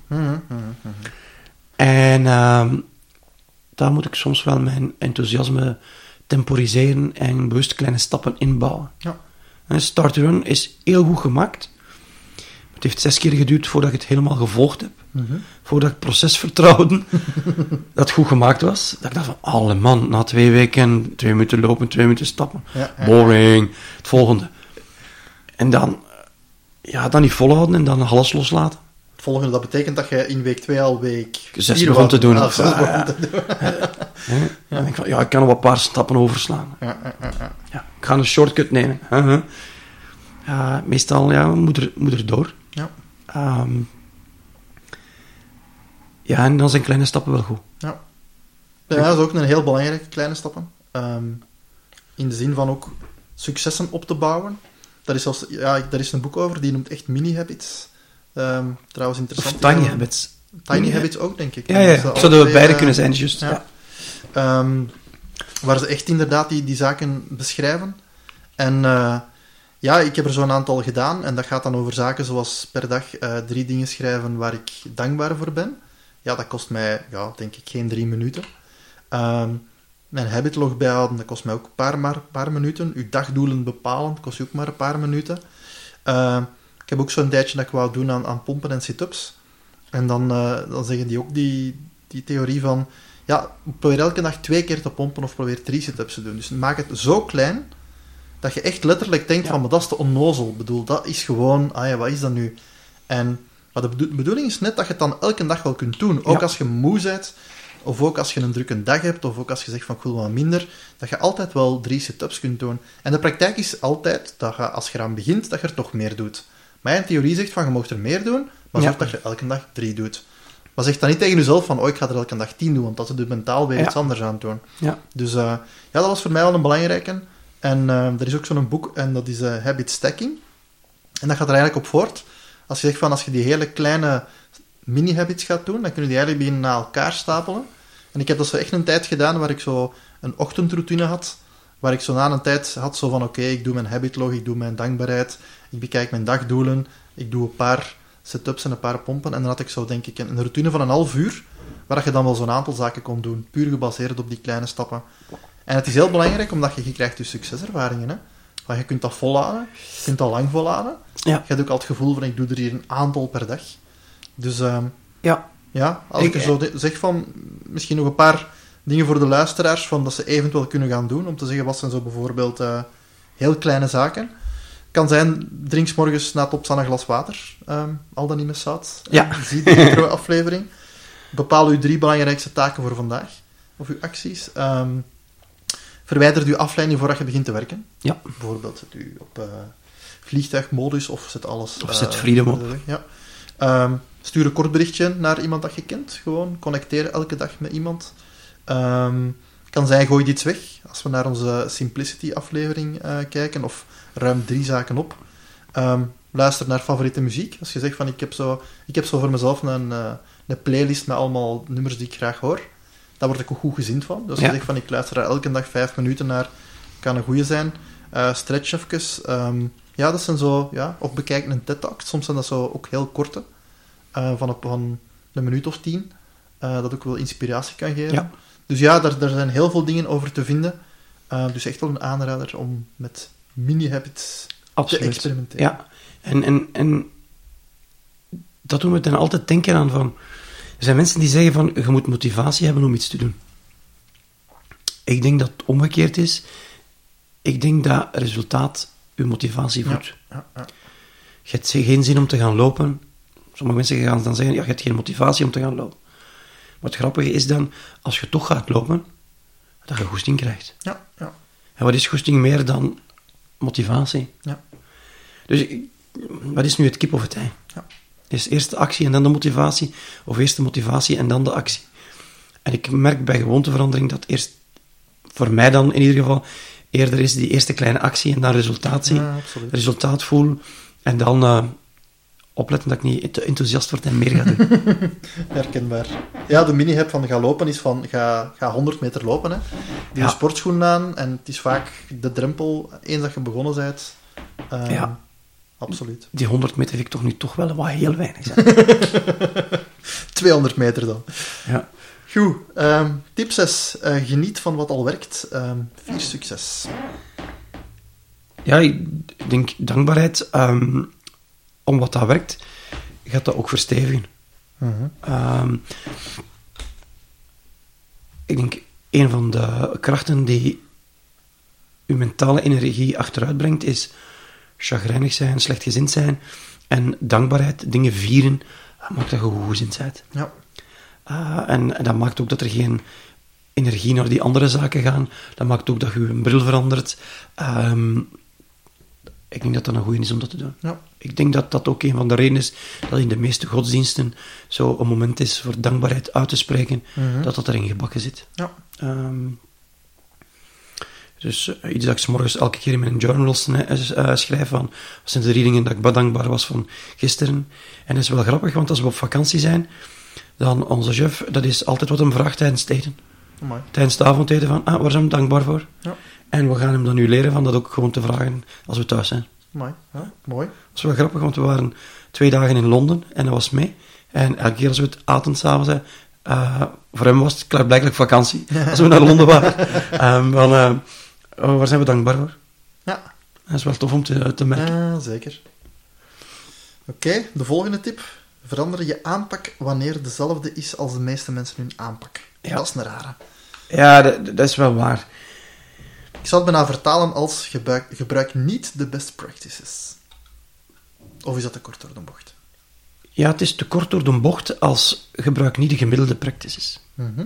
En daar moet ik soms wel mijn enthousiasme temporiseren en bewust kleine stappen inbouwen. Ja. Een start-to-run is heel goed gemaakt. Het heeft 6 keer geduurd voordat ik het helemaal gevolgd heb. Voordat ik het proces vertrouwde dat goed gemaakt was. Dat ik dacht van, alle man, na 2 weken, 2 minuten lopen, 2 minuten stappen. Boring. Het volgende. En dan niet volhouden en dan alles loslaten. Het volgende, dat betekent dat je in week 2 al week 6 begon te doen. Dan denk ik van, ik kan nog een paar stappen overslaan. Ik ga een shortcut nemen. Meestal moet er door. En dan zijn kleine stappen wel goed. Ja, dat is ook een heel belangrijke kleine stappen. In de zin van ook successen op te bouwen. Daar is een boek over, die noemt echt mini-habits. Trouwens interessant. Of tiny habits. Tiny habits ook, denk ik. Ja. Zouden we beide kunnen zijn, juist. Waar ze echt inderdaad die zaken beschrijven. En ik heb er zo'n aantal gedaan. En dat gaat dan over zaken zoals per dag 3 dingen schrijven waar ik dankbaar voor ben. Ja, dat kost mij, denk ik, geen 3 minuten. Mijn habitlog bijhouden, dat kost mij ook een paar minuten. Uw dagdoelen bepalen, kost je ook maar een paar minuten. Ik heb ook zo'n tijdje dat ik wou doen aan pompen en sit-ups. En dan zeggen die ook die theorie van... probeer elke dag 2 keer te pompen of probeer 3 sit-ups te doen. Dus maak het zo klein, dat je echt letterlijk denkt van, maar dat is te onnozel. Ik bedoel, dat is gewoon... wat is dat nu? Maar de bedoeling is net dat je het dan elke dag wel kunt doen. Ook als je moe bent, of ook als je een drukke dag hebt, of ook als je zegt van, ik wil wat minder, dat je altijd wel 3 sit-ups kunt doen. En de praktijk is altijd, dat je, als je eraan begint, dat je er toch meer doet. Maar in theorie zegt van, je mag er meer doen, maar zorg dat je elke dag 3 doet. Maar zeg dan niet tegen jezelf van, ik ga er elke dag 10 doen, want dat is dus mentaal weer iets anders aan doen. Ja. Dus dat was voor mij wel een belangrijke. En er is ook zo'n boek, en dat is Habit Stacking. En dat gaat er eigenlijk op voort. Als je zegt van, als je die hele kleine mini-habits gaat doen, dan kun je die eigenlijk beginnen na elkaar stapelen. En ik heb dat zo echt een tijd gedaan, waar ik zo een ochtendroutine had, waar ik zo na een tijd had zo van, ik doe mijn habitlog, ik doe mijn dankbaarheid, ik bekijk mijn dagdoelen, ik doe een paar sit-ups en een paar pompen, en dan had ik zo, denk ik, een routine van een half uur, waar je dan wel zo'n aantal zaken kon doen, puur gebaseerd op die kleine stappen. En het is heel belangrijk, omdat je krijgt dus succeservaringen, hè. Want je kunt dat volhouden, je kunt dat lang volhouden. Ja. Je hebt ook al het gevoel van, ik doe er hier een aantal per dag. Dus als ik er zo zeg van, misschien nog een paar dingen voor de luisteraars, van dat ze eventueel kunnen gaan doen, om te zeggen, wat zijn zo bijvoorbeeld heel kleine zaken. Het kan zijn, drink 's morgens na het opstaan een glas water, al dan niet met zout. Zie de intro-aflevering. Bepaal uw 3 belangrijkste taken voor vandaag, of uw acties. verwijder je afleiding voordat je begint te werken. Ja. Bijvoorbeeld zet u op vliegtuigmodus of zet alles... Of zet freedom op. Ja. Stuur een kort berichtje naar iemand dat je kent. Gewoon connecteren elke dag met iemand. Kan zijn, gooi je iets weg. Als we naar onze Simplicity-aflevering kijken, of ruim 3 zaken op. Luister naar favoriete muziek. Als je zegt van ik heb zo voor mezelf een playlist met allemaal nummers die ik graag hoor. Daar word ik ook goed gezind van. Dus als je zegt van ik luister daar elke dag 5 minuten naar, kan een goeie zijn. Stretch even. Dat zijn zo, of bekijken een TED-talk. Soms zijn dat zo ook heel korte. Van een minuut of 10. Dat ook wel inspiratie kan geven. Ja. Dus ja, daar zijn heel veel dingen over te vinden. Dus echt wel een aanrader om met mini-habits te experimenteren. Ja, en dat doen we dan altijd denken aan van... Er zijn mensen die zeggen van, je moet motivatie hebben om iets te doen. Ik denk dat het omgekeerd is. Ik denk dat resultaat uw motivatie voedt. Ja. Je hebt geen zin om te gaan lopen. Sommige mensen gaan dan zeggen, je hebt geen motivatie om te gaan lopen. Maar het grappige is dan, als je toch gaat lopen, dat je goesting krijgt. Ja. En wat is goesting meer dan motivatie? Ja. Dus, wat is nu het kip of het ei? Ja. Is eerst de actie en dan de motivatie, of eerst de motivatie en dan de actie? En ik merk bij gewoonteverandering dat eerst, voor mij dan in ieder geval, eerder is die eerste kleine actie en dan resultaat voel, en dan opletten dat ik niet te enthousiast word en meer ga doen. Herkenbaar. Ja, de mini-hab van ga lopen is van ga 100 meter lopen. Hè. Die je sportschoen aan en het is vaak de drempel, eens dat je begonnen bent. Absoluut. Die 100 meter vind ik toch nu toch wel wat heel weinig zijn. 200 meter dan. Ja. Goed. Tip 6. Geniet van wat al werkt. 4 succes. Ja, ik denk dankbaarheid. Om wat dat werkt, gaat dat ook verstevigen. Ik denk, een van de krachten die uw mentale energie achteruit brengt, is chagrijnig zijn, slechtgezind zijn en dankbaarheid, dingen vieren, maakt dat je goedgezind bent. Ja. En dat maakt ook dat er geen energie naar die andere zaken gaan. Dat maakt ook dat je een bril verandert. Ik denk dat dat een goeie is om dat te doen. Ja. Ik denk dat dat ook een van de redenen is dat in de meeste godsdiensten zo een moment is voor dankbaarheid uit te spreken, dat erin gebakken zit. Ja. Dus iets dat ik 's morgens elke keer in mijn journals schrijf van, wat zijn de 3 dingen dat ik dankbaar was van gisteren. En dat is wel grappig, want als we op vakantie zijn, dan onze chef, dat is altijd wat hem vraagt tijdens het eten. Amai. Tijdens het avondeten van, waar zijn we dankbaar voor? Ja. En we gaan hem dan nu leren van dat ook gewoon te vragen als we thuis zijn. Amai. Ja, mooi. Dat is wel grappig, want we waren 2 dagen in Londen en dat was mee. En elke keer als we het aten samen voor hem was het klaarblijkelijk vakantie, als we naar Londen waren. Waar zijn we dankbaar voor? Ja. Dat is wel tof om te merken. Ja, zeker. Oké, de volgende tip. Verander je aanpak wanneer dezelfde is als de meeste mensen hun aanpak. Ja. Dat is een rare. Ja, dat is wel waar. Ik zal het bijna vertalen als gebruik niet de best practices. Of is dat te kort door de bocht? Ja, het is te kort door de bocht als gebruik niet de gemiddelde practices.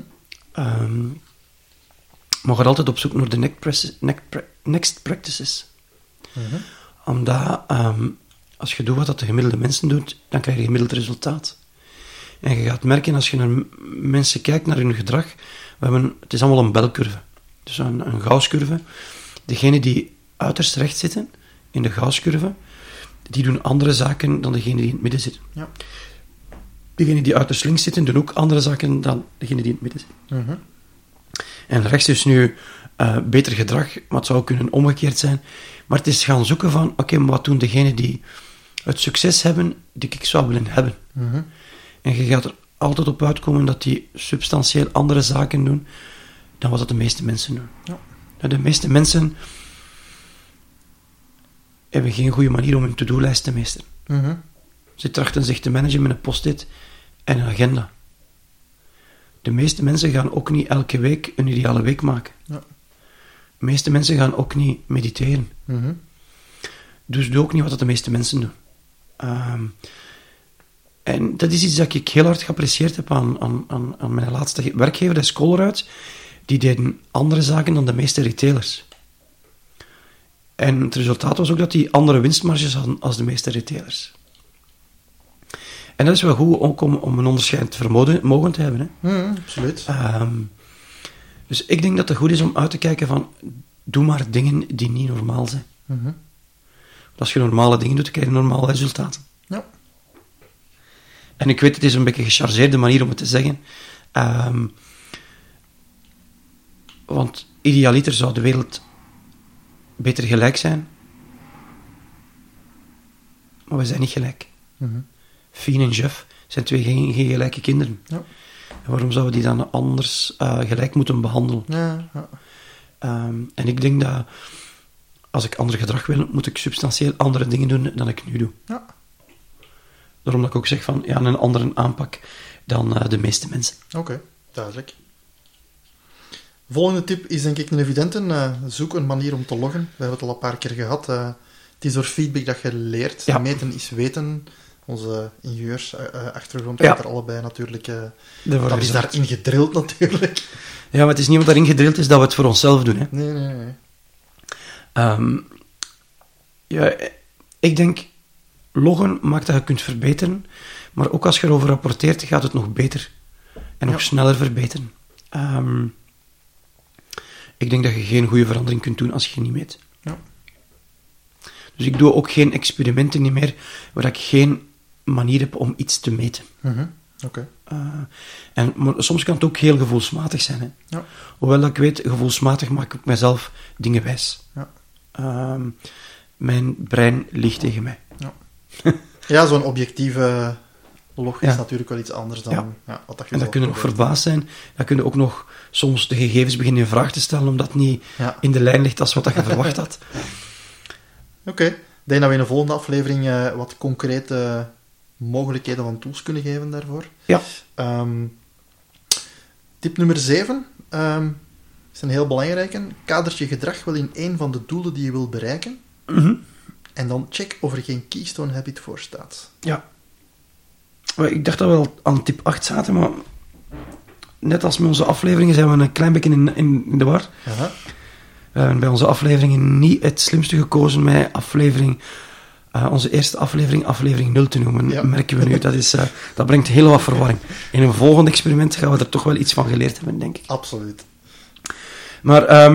Maar ga altijd op zoek naar de next practices. Omdat als je doet wat de gemiddelde mensen doet, dan krijg je gemiddeld resultaat. En je gaat merken, als je naar mensen kijkt, naar hun gedrag, het is allemaal een belcurve. Dus een Gauss-curve. Degenen die uiterst recht zitten, in de Gauss-curve, die doen andere zaken dan degenen die in het midden zitten. Ja. Degenen die uiterst links zitten, doen ook andere zaken dan degenen die in het midden zitten. En rechts is nu beter gedrag, maar het zou kunnen omgekeerd zijn. Maar het is gaan zoeken van, maar wat doen degenen die het succes hebben, die ik zou willen hebben? En je gaat er altijd op uitkomen dat die substantieel andere zaken doen dan wat de meeste mensen doen. Ja. De meeste mensen hebben geen goede manier om hun to-do-lijst te meesteren. Ze trachten zich te managen met een post-it en een agenda. De meeste mensen gaan ook niet elke week een ideale week maken. Ja. De meeste mensen gaan ook niet mediteren. Dus doe ook niet wat de meeste mensen doen. En dat is iets dat ik heel hard geapprecieerd heb aan mijn laatste werkgever, dat is Colruyt. die deden andere zaken dan de meeste retailers. En het resultaat was ook dat die andere winstmarges hadden als de meeste retailers. En dat is wel goed ook om een onderscheid vermogen te hebben. Hè. Absoluut. Dus ik denk dat het goed is om uit te kijken van, doe maar dingen die niet normaal zijn. Mm-hmm. Als je normale dingen doet, dan krijg je normale resultaten. Ja. En ik weet, het is een beetje een gechargeerde manier om het te zeggen. Want idealiter zou de wereld beter gelijk zijn. Maar we zijn niet gelijk. Mm-hmm. Fien en Jeff zijn twee geen gelijke kinderen. Ja. En waarom zouden we die dan anders gelijk moeten behandelen? Ja. En ik denk dat als ik ander gedrag wil, moet ik substantieel andere dingen doen dan ik nu doe. Ja. Daarom dat ik ook zeg van, ja, een andere aanpak dan de meeste mensen. Oké, duidelijk. Volgende tip is denk ik een evidente. Zoek een manier om te loggen. We hebben het al een paar keer gehad. Het is door feedback dat je leert. Ja. Meten is weten. Onze ingenieursachtergrond gaat er allebei natuurlijk... dat is daarin gedrild natuurlijk. Ja, maar het is niet wat daarin gedrild is dat we het voor onszelf doen. Hè. Nee. Ja, ik denk, loggen maakt dat je kunt verbeteren, maar ook als je erover rapporteert, gaat het nog beter. En nog sneller verbeteren. Ik denk dat je geen goede verandering kunt doen als je niet meet. Ja. Dus ik doe ook geen experimenten niet meer, waar ik geen manier heb om iets te meten. Mm-hmm. Oké. Maar soms kan het ook heel gevoelsmatig zijn. Hè. Ja. Hoewel dat ik weet, gevoelsmatig maak ik mezelf dingen wijs. Ja. Mijn brein liegt tegen mij. Ja, ja, zo'n objectieve log is natuurlijk wel iets anders dan wat dat je en dan kun je nog verbaasd zijn. Dan kun je ook nog soms de gegevens beginnen in vraag te stellen, omdat het niet in de lijn ligt als wat dat je verwacht had. Oké. Ik denk dat we in de volgende aflevering wat concrete mogelijkheden van tools kunnen geven daarvoor. Ja. Tip nummer 7 is een heel belangrijke. Kadert je gedrag wel in één van de doelen die je wil bereiken. Mm-hmm. En dan check of er geen keystone habit voor staat. Ja. Ik dacht dat we al aan tip 8 zaten, maar net als met onze afleveringen zijn we een klein beetje in de war. Aha. We hebben bij onze afleveringen niet het slimste gekozen met onze eerste aflevering 0 te noemen. Ja. Merken we nu. Dat brengt heel wat verwarring. In een volgend experiment gaan we er toch wel iets van geleerd hebben, denk ik. Absoluut. Maar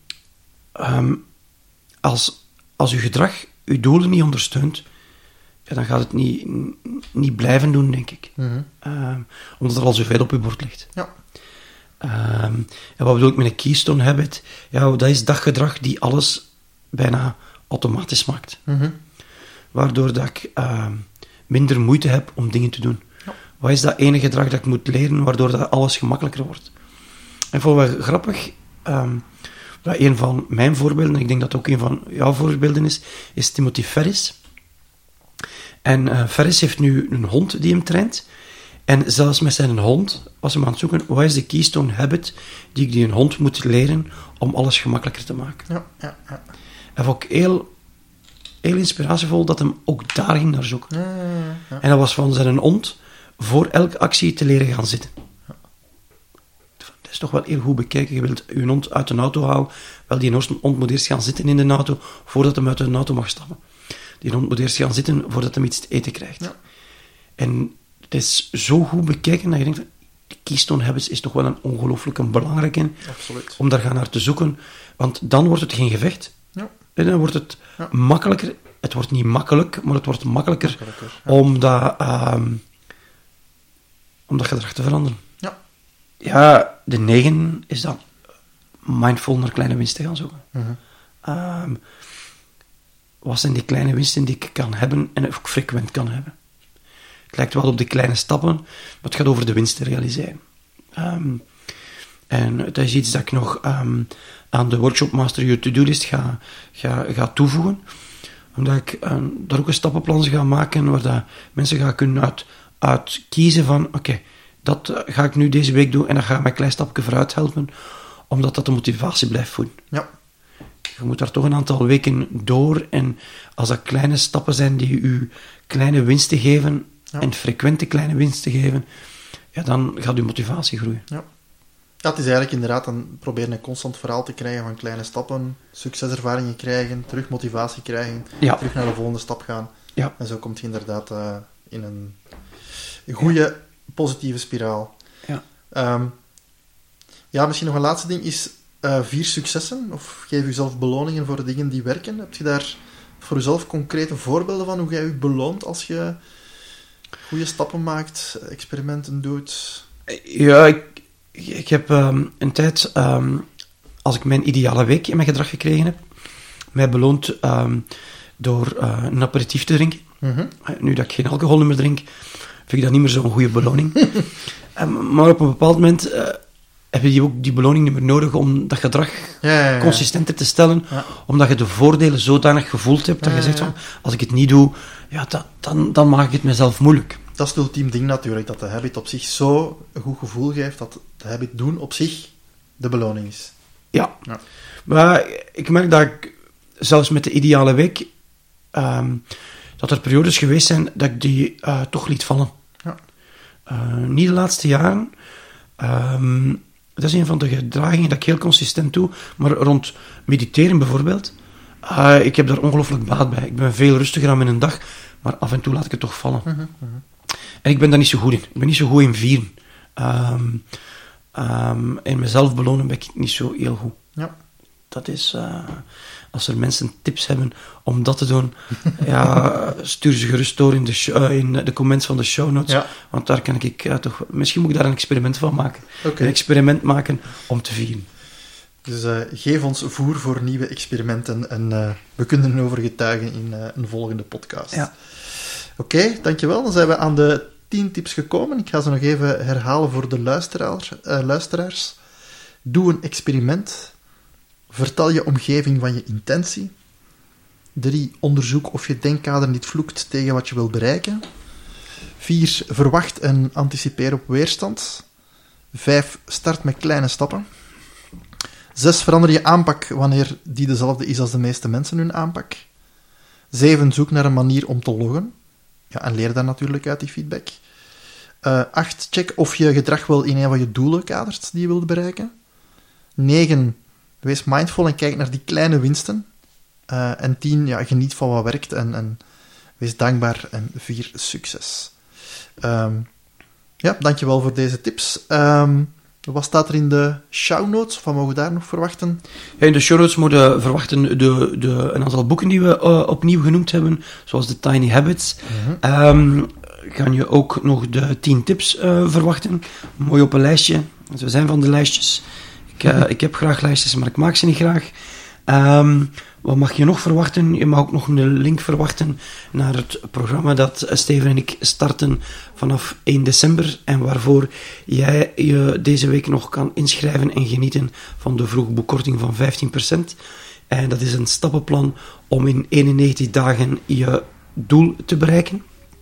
als uw gedrag uw doelen niet ondersteunt, dan gaat het niet blijven doen, denk ik. Mm-hmm. Omdat er al zoveel op uw bord ligt. Ja. En wat bedoel ik met een keystone habit? Ja, dat is dat gedrag die alles bijna automatisch maakt. Mm-hmm. Waardoor dat ik minder moeite heb om dingen te doen. Ja. Wat is dat ene gedrag dat ik moet leren, waardoor dat alles gemakkelijker wordt? En voor wel grappig, dat een van mijn voorbeelden, en ik denk dat het ook een van jouw voorbeelden is Timothy Ferriss. En Ferriss heeft nu een hond die hem traint. En zelfs met zijn hond was hem aan het zoeken, wat is de keystone habit die een hond moet leren om alles gemakkelijker te maken. Ja. En vond ik heel inspiratievol dat hem ook daar ging naar zoeken. Ja. En dat was van zijn hond voor elke actie te leren gaan zitten. Dat is toch wel heel goed bekeken. Je wilt je hond uit een auto houden. Wel, die hond moet eerst gaan zitten in de auto voordat hij uit de auto mag stappen. Die hond moet eerst gaan zitten voordat hij iets te eten krijgt. Ja. En het is zo goed bekeken dat je denkt, de keystone habits is toch wel een ongelooflijk belangrijke. Absoluut. Om daar gaan naar te zoeken. Want dan wordt het geen gevecht. Ja. En dan wordt het makkelijker. Het wordt niet makkelijk, maar het wordt makkelijker om dat gedrag te veranderen. Ja. Ja, de 9 is dan mindful naar kleine winsten gaan zoeken. Mm-hmm. Wat zijn die kleine winsten die ik kan hebben en ook frequent kan hebben? Het lijkt wel op de kleine stappen, maar het gaat over de winst te realiseren. En dat is iets dat ik nog aan de Workshop Master Your To-Do-list ga toevoegen. Omdat ik daar ook een stappenplan ga maken waar dat mensen gaan kunnen uit kiezen van oké, dat ga ik nu deze week doen en dan ga ik mijn klein stapje vooruit helpen, omdat dat de motivatie blijft voeden. Ja. Je moet daar toch een aantal weken door en als dat kleine stappen zijn die u kleine winsten geven en frequente kleine winsten geven, ja, dan gaat uw motivatie groeien. Ja. Ja, het is eigenlijk inderdaad dan proberen een constant verhaal te krijgen van kleine stappen, succeservaringen krijgen, terug motivatie krijgen, terug naar de volgende stap gaan. Ja. En zo komt je inderdaad in een goede, positieve spiraal. Ja. Misschien nog een laatste ding is 4 successen, of geef jezelf beloningen voor de dingen die werken. Heb je daar voor jezelf concrete voorbeelden van hoe jij je beloont als je goede stappen maakt, experimenten doet? Ja, ik heb een tijd, als ik mijn ideale week in mijn gedrag gekregen heb, mij beloond door een aperitief te drinken. Mm-hmm. Nu dat ik geen alcohol meer drink, vind ik dat niet meer zo'n goede beloning. Maar op een bepaald moment heb je ook die beloning niet meer nodig om dat gedrag consistenter te stellen, omdat je de voordelen zodanig gevoeld hebt dat je zegt van, als ik het niet doe, dan maak ik het mezelf moeilijk. Dat is het ultiem ding natuurlijk, dat de habit op zich zo een goed gevoel geeft, dat de habit doen op zich de beloning is. Ja. Maar ik merk dat ik, zelfs met de ideale week, dat er periodes geweest zijn dat ik die toch liet vallen. Ja. Niet de laatste jaren. Dat is een van de gedragingen dat ik heel consistent doe, maar rond mediteren bijvoorbeeld, ik heb daar ongelooflijk baat bij. Ik ben veel rustiger aan mijn dag, maar af en toe laat ik het toch vallen. Mm-hmm. En ik ben daar niet zo goed in. Ik ben niet zo goed in vieren. En mezelf belonen ben ik niet zo heel goed. Ja. Dat is... als er mensen tips hebben om dat te doen, stuur ze gerust door in de comments van de show notes. Ja. Want daar kan ik toch... Misschien moet ik daar een experiment van maken. Okay. Een experiment maken om te vieren. Dus geef ons voer voor nieuwe experimenten en we kunnen erover getuigen in een volgende podcast. Ja. Oké, dankjewel. Dan zijn we aan de 10 tips gekomen. Ik ga ze nog even herhalen voor de luisteraars. Doe een experiment. Vertel je omgeving van je intentie. 3. Onderzoek of je denkkader niet vloekt tegen wat je wil bereiken. 4. Verwacht en anticipeer op weerstand. 5. Start met kleine stappen. 6. Verander je aanpak wanneer die dezelfde is als de meeste mensen hun aanpak. 7. Zoek naar een manier om te loggen. Ja, en leer daar natuurlijk uit die feedback. 8. Check of je gedrag wel in een van je doelen kadert die je wilt bereiken. 9. Wees mindful en kijk naar die kleine winsten. En 10. Geniet van wat werkt en wees dankbaar. En 4. Succes. Dankjewel voor deze tips. Wat staat er in de show notes? Of wat mogen we daar nog verwachten? Ja, in de show notes moeten we verwachten een aantal boeken die we opnieuw genoemd hebben, zoals de Tiny Habits. Mm-hmm. Gaan je ook nog de 10 tips verwachten. Mooi op een lijstje. Dus we zijn van de lijstjes. Ik heb graag lijstjes, maar ik maak ze niet graag. Wat mag je nog verwachten? Je mag ook nog een link verwachten naar het programma dat Steven en ik starten vanaf 1 december en waarvoor jij je deze week nog kan inschrijven en genieten van de vroegboekkorting van 15%. En dat is een stappenplan om in 91 dagen je doel te bereiken.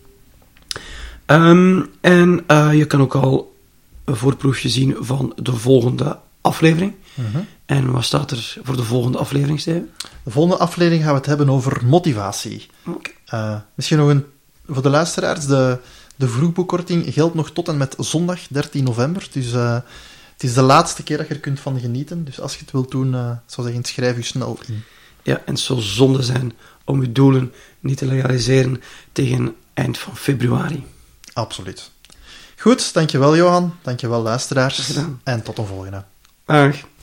Je kan ook al een voorproefje zien van de volgende aflevering. Mm-hmm. En wat staat er voor de volgende aflevering, Steven? De volgende aflevering gaan we het hebben over motivatie. Okay. Misschien nog voor de luisteraars, de vroegboekkorting geldt nog tot en met zondag 13 november. Dus het is de laatste keer dat je er kunt van genieten. Dus als je het wilt doen, zou zeggen, schrijf je snel in. Ja, en het zou zonde zijn om je doelen niet te realiseren tegen eind van februari. Absoluut. Goed, dankjewel Johan. Dankjewel luisteraars. En tot de volgende. Dag.